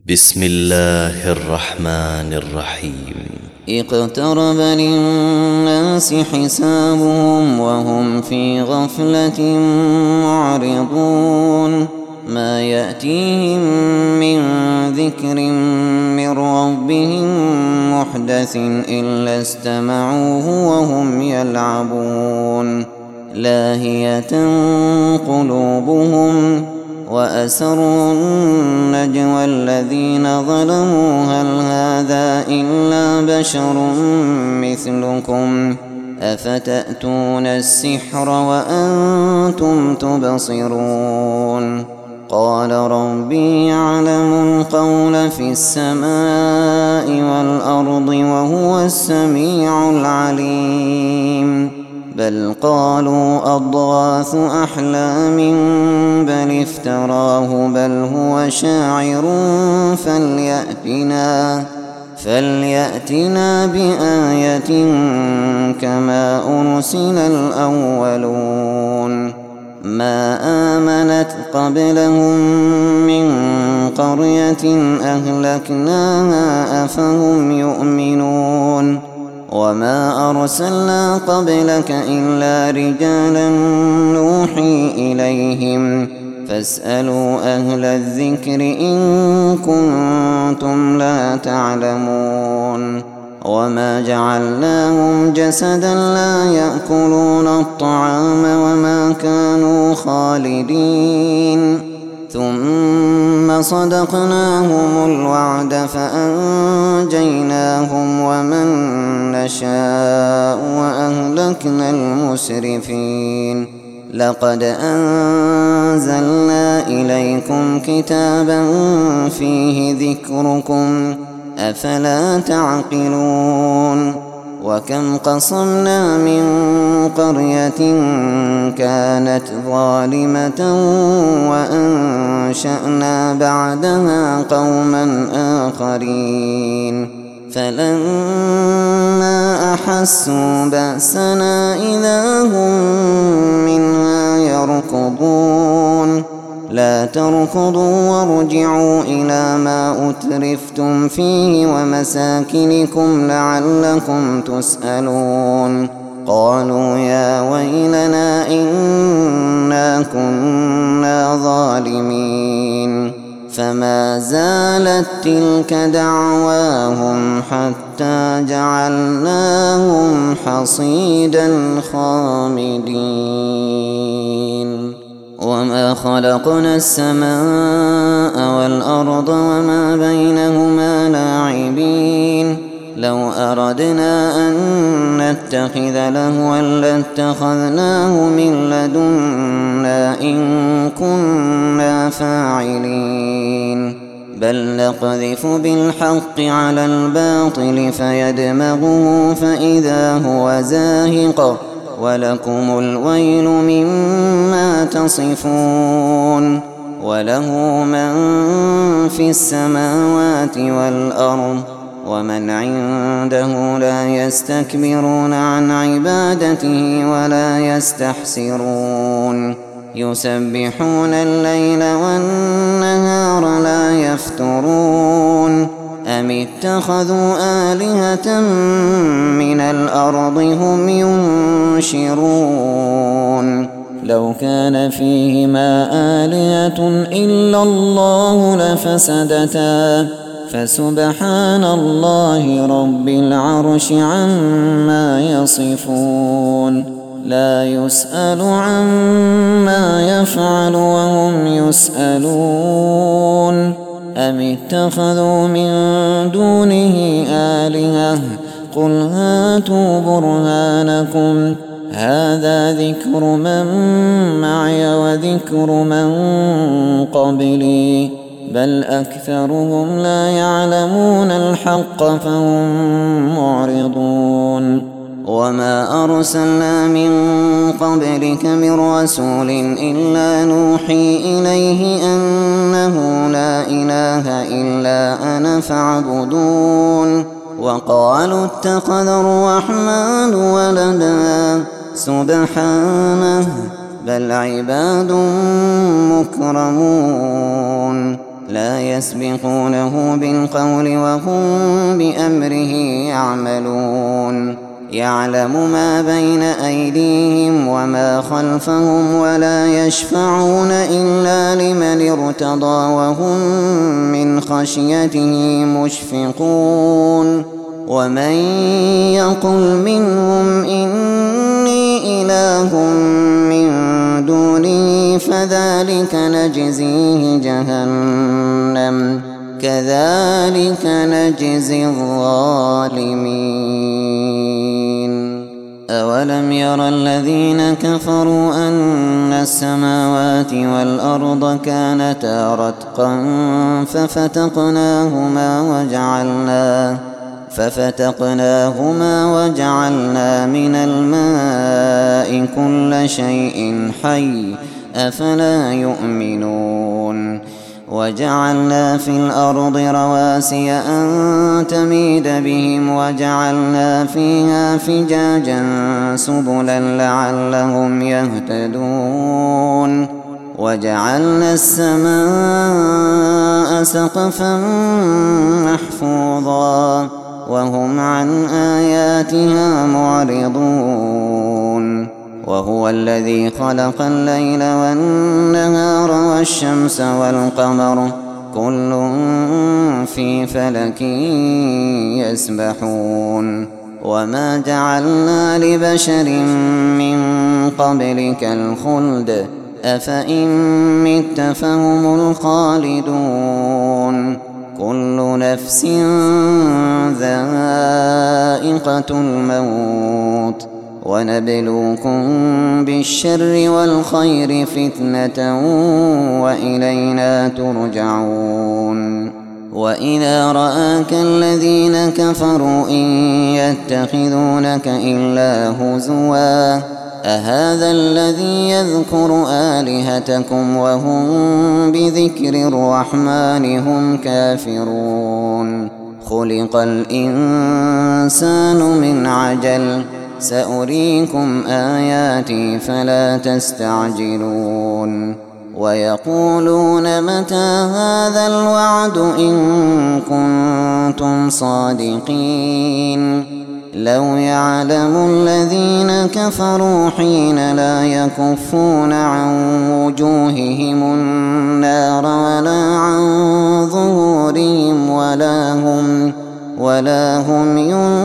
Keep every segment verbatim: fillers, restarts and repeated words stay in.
بسم الله الرحمن الرحيم. اقترب للناس حسابهم وهم في غفلة معرضون ما يأتيهم من ذكر من ربهم محدث إلا استمعوه وهم يلعبون لاهية قلوبهم وأسروا النجوى الذين ظلموا هل هذا إلا بشر مثلكم أفتأتون السحر وأنتم تبصرون قال ربي يعلم القول في السماء والأرض وهو السميع العليم بل قالوا أضغاث أحلام بل افتراه بل هو شاعر فليأتنا فليأتنا بآية كما أرسل الأولون ما آمنت قبلهم من قرية أهلكناها أفهم يؤمنون وما أرسلنا قبلك إلا رجالا نوحي إليهم فاسألوا أهل الذكر إن كنتم لا تعلمون وما جعلناهم جسدا لا يأكلون الطعام وما كانوا خالدين ثم صدقناهم الوعد فأنجيناهم ومن نشاء وأهلكنا المسرفين لقد أنزلنا إليكم كتابا فيه ذكركم أفلا تعقلون وكم قصمنا من قرية كانت ظالمة وأنشأنا بعدها قوما آخرين فلما أحسوا بأسنا إذا هم منها يركضون لا تركضوا وارجعوا إلى ما أترفتم فيه ومساكنكم لعلكم تسألون قالوا يا ويلنا إنا كنا ظالمين فما زالت تلك دعواهم حتى جعلناهم حصيدا خامدين وما خلقنا السماء والأرض وما بينهما لاعبين لو أردنا أن نتخذ لهوا لاتخذناه من لدنا إن كنا فاعلين بل نقذف بالحق على الباطل فيدمغه فإذا هو زاهق ولكم الويل مما تصفون وله من في السماوات والأرض ومن عنده لا يستكبرون عن عبادته ولا يستحسرون يسبحون الليل والنهار لا يفترون أم اتخذوا آلهة من الأرض هم ينشرون لو كان فيهما آلهة إلا الله لفسدتا فسبحان الله رب العرش عما يصفون لا يسأل عما يفعل وهم يسألون أم اتخذوا من دونه آلهة قل هاتوا برهانكم هذا ذكر من معي وذكر من قبلي بل أكثرهم لا يعلمون الحق فهم معرضون وما أرسلنا من قبلك من رسول إلا نوحي إليه أنه لا إله إلا أنا فاعبدون وقالوا اتخذ الرحمن ولدا سبحانه بل عباد مكرمون لا يسبقونه بالقول وهم بأمره يعملون يعلم ما بين أيديهم وما خلفهم ولا يشفعون إلا لمن ارتضى وهم من خشيته مشفقون ومن يقل منهم إني إله من دونه فذلك نجزيه جهنم كذلك نجزي الظالمين أولم ير الذين كفروا أن السماوات والأرض كانتا رتقا ففتقناهما وجعلنا ففتقناهما وجعلنا من الماء كل شيء حي أفلا يؤمنون وجعلنا في الأرض رواسي أن تميد بهم وجعلنا فيها فجاجا سبلا لعلهم يهتدون وجعلنا السماء سقفا محفوظا وهم عن آياتها معرضون وهو الذي خلق الليل والنهار والشمس والقمر كل في فلك يسبحون وما جعلنا لبشر من قبلك الخلد أفإن مت فهم الخالدون كل نفس ذائقة الموت ونبلوكم بالشر والخير فتنة وإلينا ترجعون وإذا رآك الذين كفروا إن يتخذونك إلا هزوا أهذا الذي يذكر آلهتكم وهم بذكر الرحمن هم كافرون خلق الإنسان من عجل سأريكم آياتي فلا تستعجلون ويقولون متى هذا الوعد إن كنتم صادقين لو يعلم الذين كفروا حين لا يكفون عن وجوههم النار ولا عن ظهورهم ولا هم ولا هم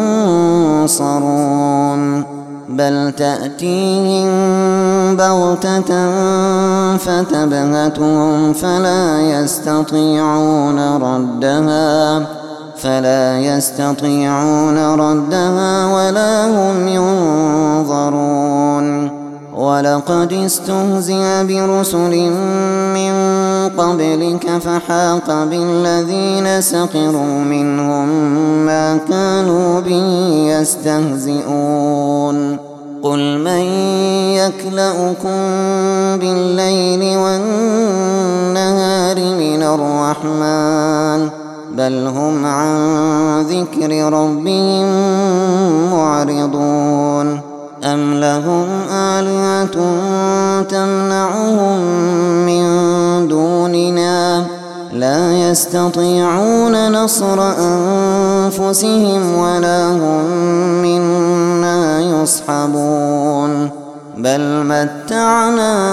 ينصرون بل تأتيهم بغتة فتبهتهم فلا يستطيعون ردها فلا يستطيعون ردها ولا هم ينظرون ولقد استهزئ برسل من قبلك فحاق بالذين سخروا منهم ما كانوا به يستهزئون قل من يكلؤكم بالليل والنهار من الرحمن بل هم عن ذكر ربهم معرضون أم لهم آلهة تمنعهم من دوننا لا يستطيعون نصر أنفسهم ولا هم منا يصحبون بل متعنا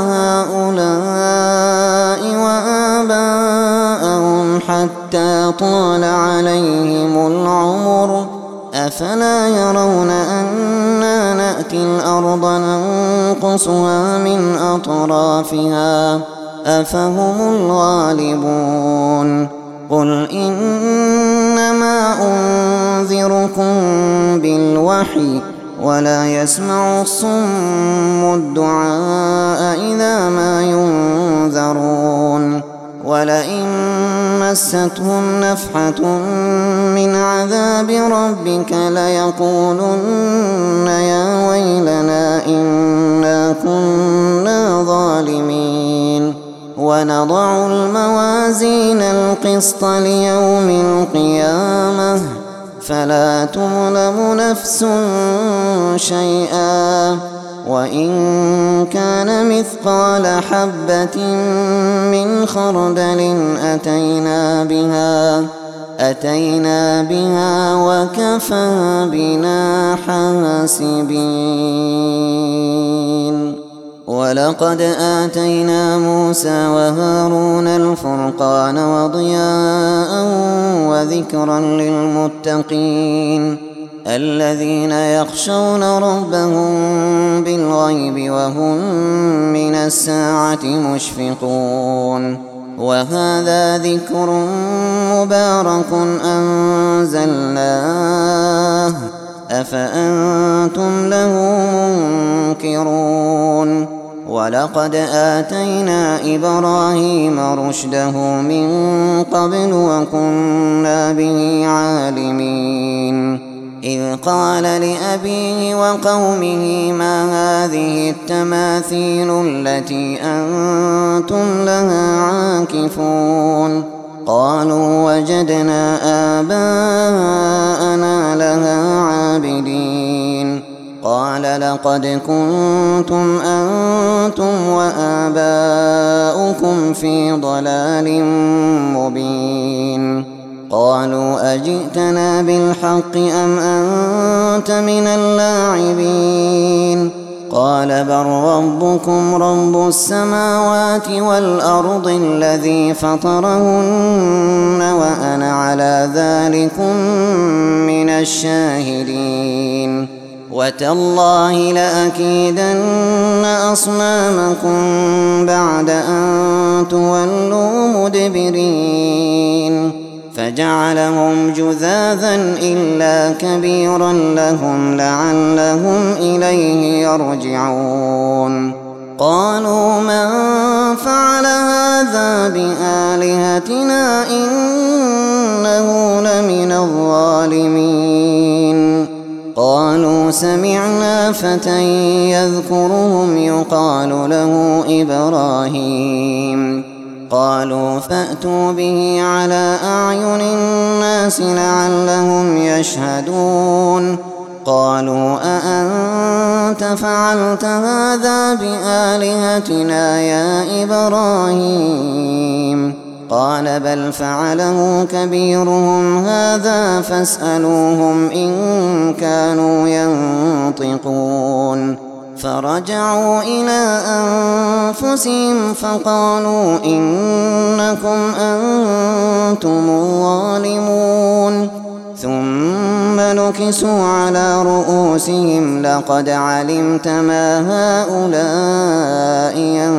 هؤلاء وآباءهم حتى طال عليهم العمر أفلا يرون أنا نأتي الأرض ننقصها من أطرافها أفهم الغالبون قل إنما أنذركم بالوحي ولا يسمع الصم الدعاء إذا ما ينذرون ولئن مستهم نفحة من عذاب ربك ليقولن يا ويلنا إنا كنا ظالمين ونضع الموازين القسط ليوم القيامة فلا تظلم نفس شيئا وإن كان مثقال حبة من خردل أتينا بها أتينا بها وكفى بنا حاسبين. ولقد آتينا موسى وهارون الفرقان وضياء وذكرا للمتقين الذين يخشون ربهم بالغيب وهم من الساعة مشفقون. وهذا ذكر مبارك أنزلناه أفأنتم له منكرون. ولقد آتينا إبراهيم رشده من قبل وكنا به عالمين. إذ قال لأبيه وقومه ما هذه التماثيل التي أنتم لها عاكفون. قالوا وجدنا آباءنا لها عابدين. قال لقد كنتم أنتم وآباؤكم في ضلال مبين. قالوا أجئتنا بالحق أم أنت من اللاعبين. قال بل ربكم رب السماوات والأرض الذي فطرهن وأنا على ذلكم من الشاهدين. وتالله لأكيدن أصنامكم بعد أن تولوا مدبرين. فجعلهم جذاذا إلا كبيرا لهم لعلهم إليه يرجعون. قالوا من فعل هذا بآلهتنا إنه لمن الظالمين. قالوا سمعنا فتى يذكرهم يقال له إبراهيم. قالوا فأتوا به على أعين الناس لعلهم يشهدون. قالوا أأنت فعلت هذا بآلهتنا يا إبراهيم؟ قال بل فعله كبيرهم هذا فاسألوهم إن كانوا ينطقون. فرجعوا إلى أنفسهم فقالوا إنكم أنتم الظالمون. ثم نكسوا على رؤوسهم لقد علمت ما هؤلاء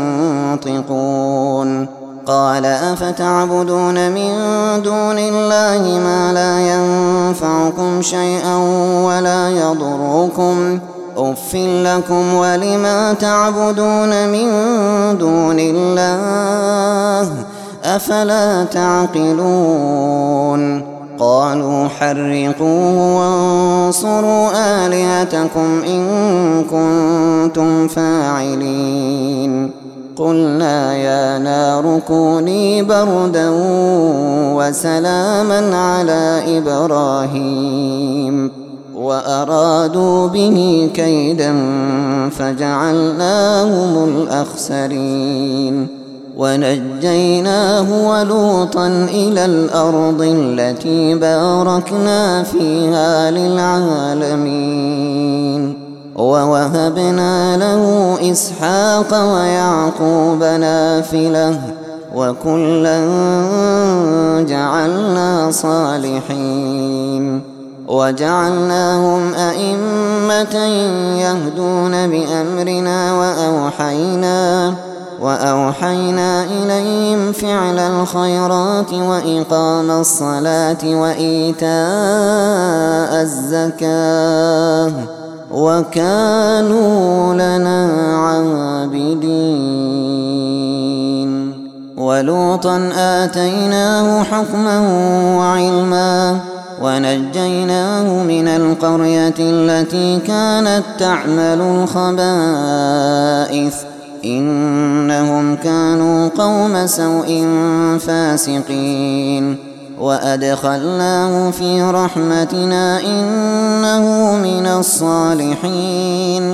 ينطقون. قال أفتعبدون من دون الله ما لا ينفعكم شيئا ولا يضركم أف لكم ولما تعبدون من دون الله أفلا تعقلون. قالوا حرقوه وانصروا آلهتكم إن كنتم فاعلين. قلنا يا نار كوني بردا وسلاما على إبراهيم وأرادوا به كيدا فجعلناهم الأخسرين. ونجيناه ولوطا إلى الأرض التي باركنا فيها للعالمين. ووهبنا له إسحاق ويعقوب نافلة وكلا جعلنا صالحين. وجعلناهم أئمة يهدون بأمرنا وأوحينا وأوحينا إليهم فعل الخيرات وإقام الصلاة وإيتاء الزكاة وكانوا لنا عابدين. ولوطا آتيناه حكما وعلما ونجيناه من القرية التي كانت تعمل الخبائث إنهم كانوا قوم سوء فاسقين. وأدخلناه في رحمتنا إنه من الصالحين.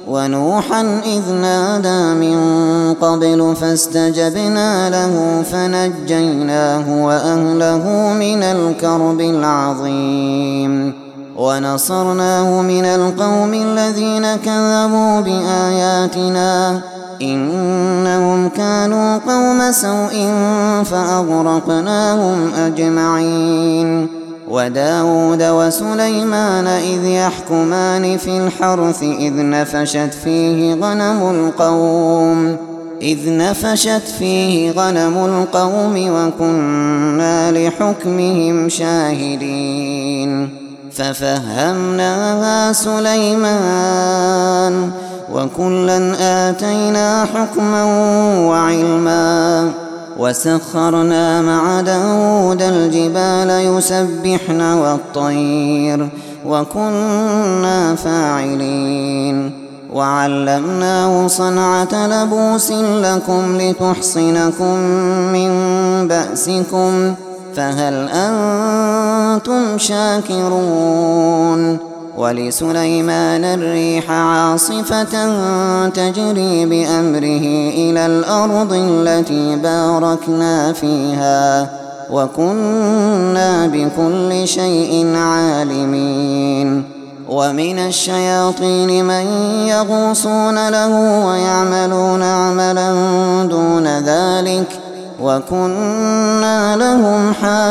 ونوحا إذ نادى من قبل فاستجبنا له فنجيناه وأهله من الكرب العظيم ونصرناه من القوم الذين كذبوا بآياتنا إنهم كانوا قوم سوء فأغرقناهم أجمعين وداود وسليمان إذ يحكمان في الحرث إذ نفشت فيه غنم القوم إذ نفشت فيه غنم القوم وكنا لحكمهم شاهدين ففهمناها سليمان وكلا آتينا حكما وعلما وسخرنا مع داود الجبال يسبحن والطير وكنا فاعلين وعلمناه صنعة لبوس لكم لتحصنكم من بأسكم فهل أنتم شاكرون ولسليمان الريح عاصفة تجري بأمره إلى الأرض التي باركنا فيها وكنا بكل شيء عالمين ومن الشياطين من يغوصون له ويعملون عملا دون ذلك وكنا لهم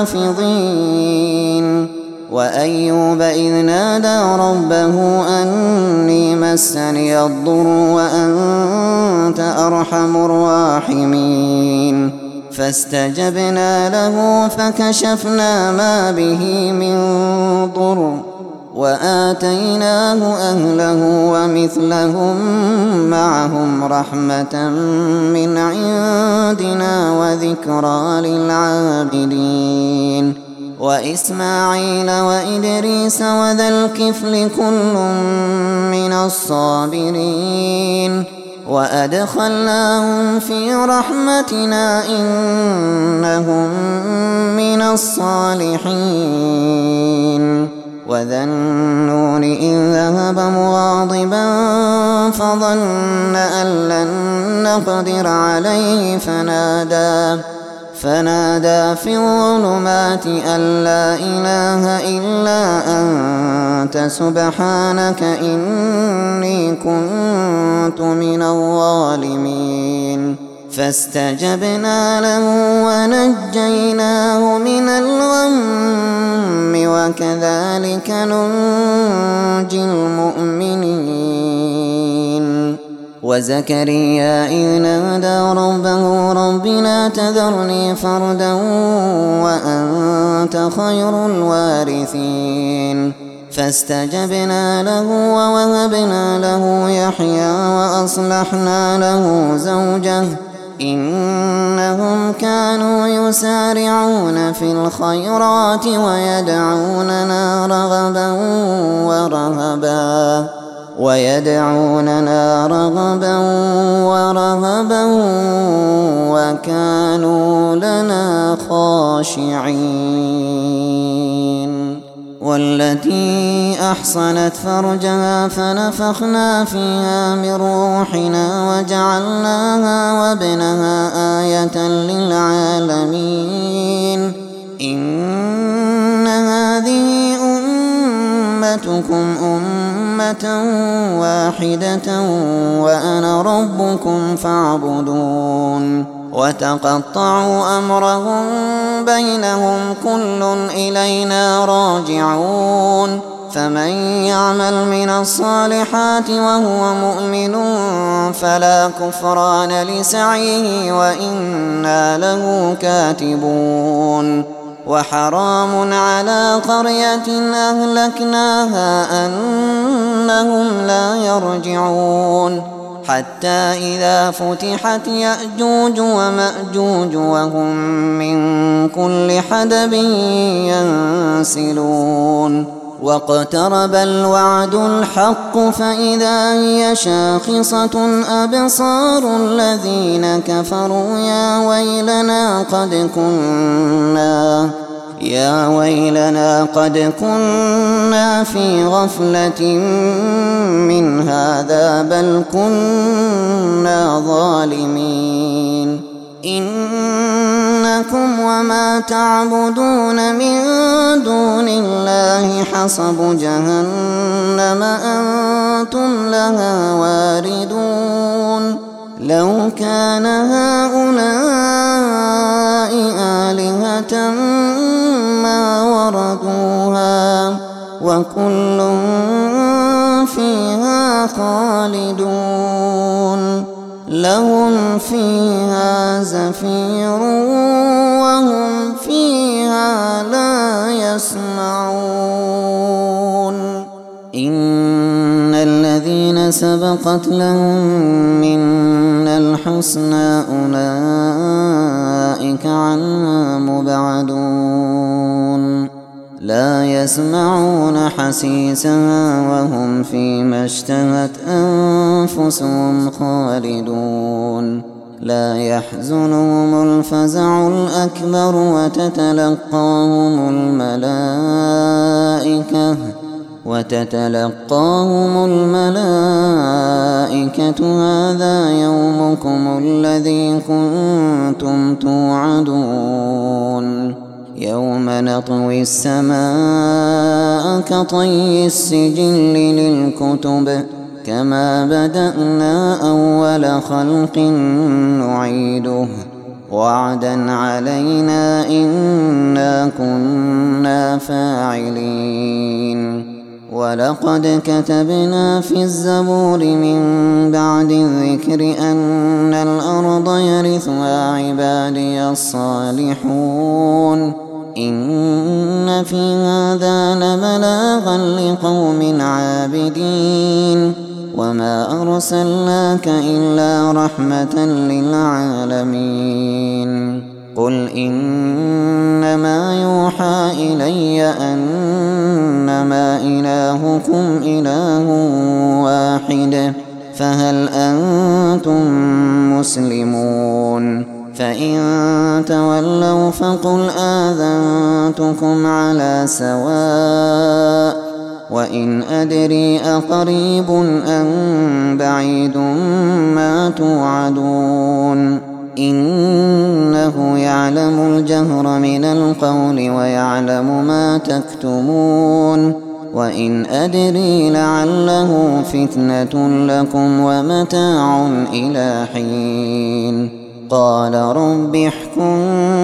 حافظين وأيوب إذ نادى ربه أني مسني الضر وأنت أرحم الراحمين فاستجبنا له فكشفنا ما به من ضر وآتيناه أهله ومثلهم معهم رحمة من عندنا وذكرى للعابدين وإسماعيل وإدريس وذا الكفل كل من الصابرين وأدخلناهم في رحمتنا إنهم من الصالحين وذا النون إذ ذهب مغاضبا فظن أن لن نقدر عليه فنادى فنادى في الظلمات أن لا إله إلا أنت سبحانك إني كنت من الظالمين فاستجبنا له ونجيناه من الغم وكذلك ننجي المؤمنين وزكريا إذ نادى ربه رب لا تذرني فردا وأنت خير الوارثين فاستجبنا له ووهبنا له يحيى وأصلحنا له زوجه إنهم كانوا يسارعون في الخيرات ويدعوننا رغبا ورهبا ويدعوننا رغبا ورهبا وكانوا لنا خاشعين والتي أحصنت فرجها فنفخنا فيها من روحنا وجعلناها وابنها آية للعالمين إن هذه أمتكم أمة واحدة وأنا ربكم فاعبدون وتقطعوا أمرهم بينهم كل إلينا راجعون فمن يعمل من الصالحات وهو مؤمن فلا كفران لسعيه وإنا له كاتبون وحرام على قرية أهلكناها أنهم لا يرجعون حتى إذا فتحت يأجوج ومأجوج وهم من كل حدب ينسلون واقترب الوعد الحق فإذا هي شاخصة أبصار الذين كفروا يا ويلنا قد كنا يا ويلنا قد كنا في غفلة من هذا بل كنا ظالمين إنكم وما تعبدون من دون الله حصب جهنم أنتم لها واردون لو كان هؤلاء آلهة ما وردوها وكل فيها خالدون لهم فيها زفير وهم فيها لا يسمعون إن الذين سبقت لهم منا الحسنى أولئك عنها مبعدون لا يسمعون حسيسها وهم فيما اشتهت أنفسهم خالدون لا يحزنهم الفزع الأكبر وتتلقاهم الملائكة وتتلقاهم الملائكة هذا يومكم الذي كنتم توعدون يوم نطوي السماء كطي السجل للكتب كما بدأنا أول خلق نعيده وعدا علينا إنا كنا فاعلين ولقد كتبنا في الزبور من بعد الذكر أن الأرض يرثها عبادي الصالحون إن في هذا لبلاغا لقوم عابدين وما أرسلناك إلا رحمة للعالمين قل إنما يوحى إلي أنما إلهكم إله واحد فهل أنتم مسلمون فإن تولوا فقل آذنتكم على سواء وإن أدري أقريب أم بعيد ما توعدون إنه يعلم الجهر من القول ويعلم ما تكتمون وإن أدري لعله فتنة لكم ومتاع إلى حين قال رب احكم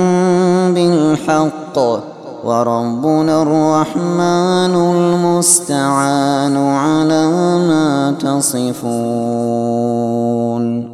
بالحق وربنا الرحمن المستعان على ما تصفون.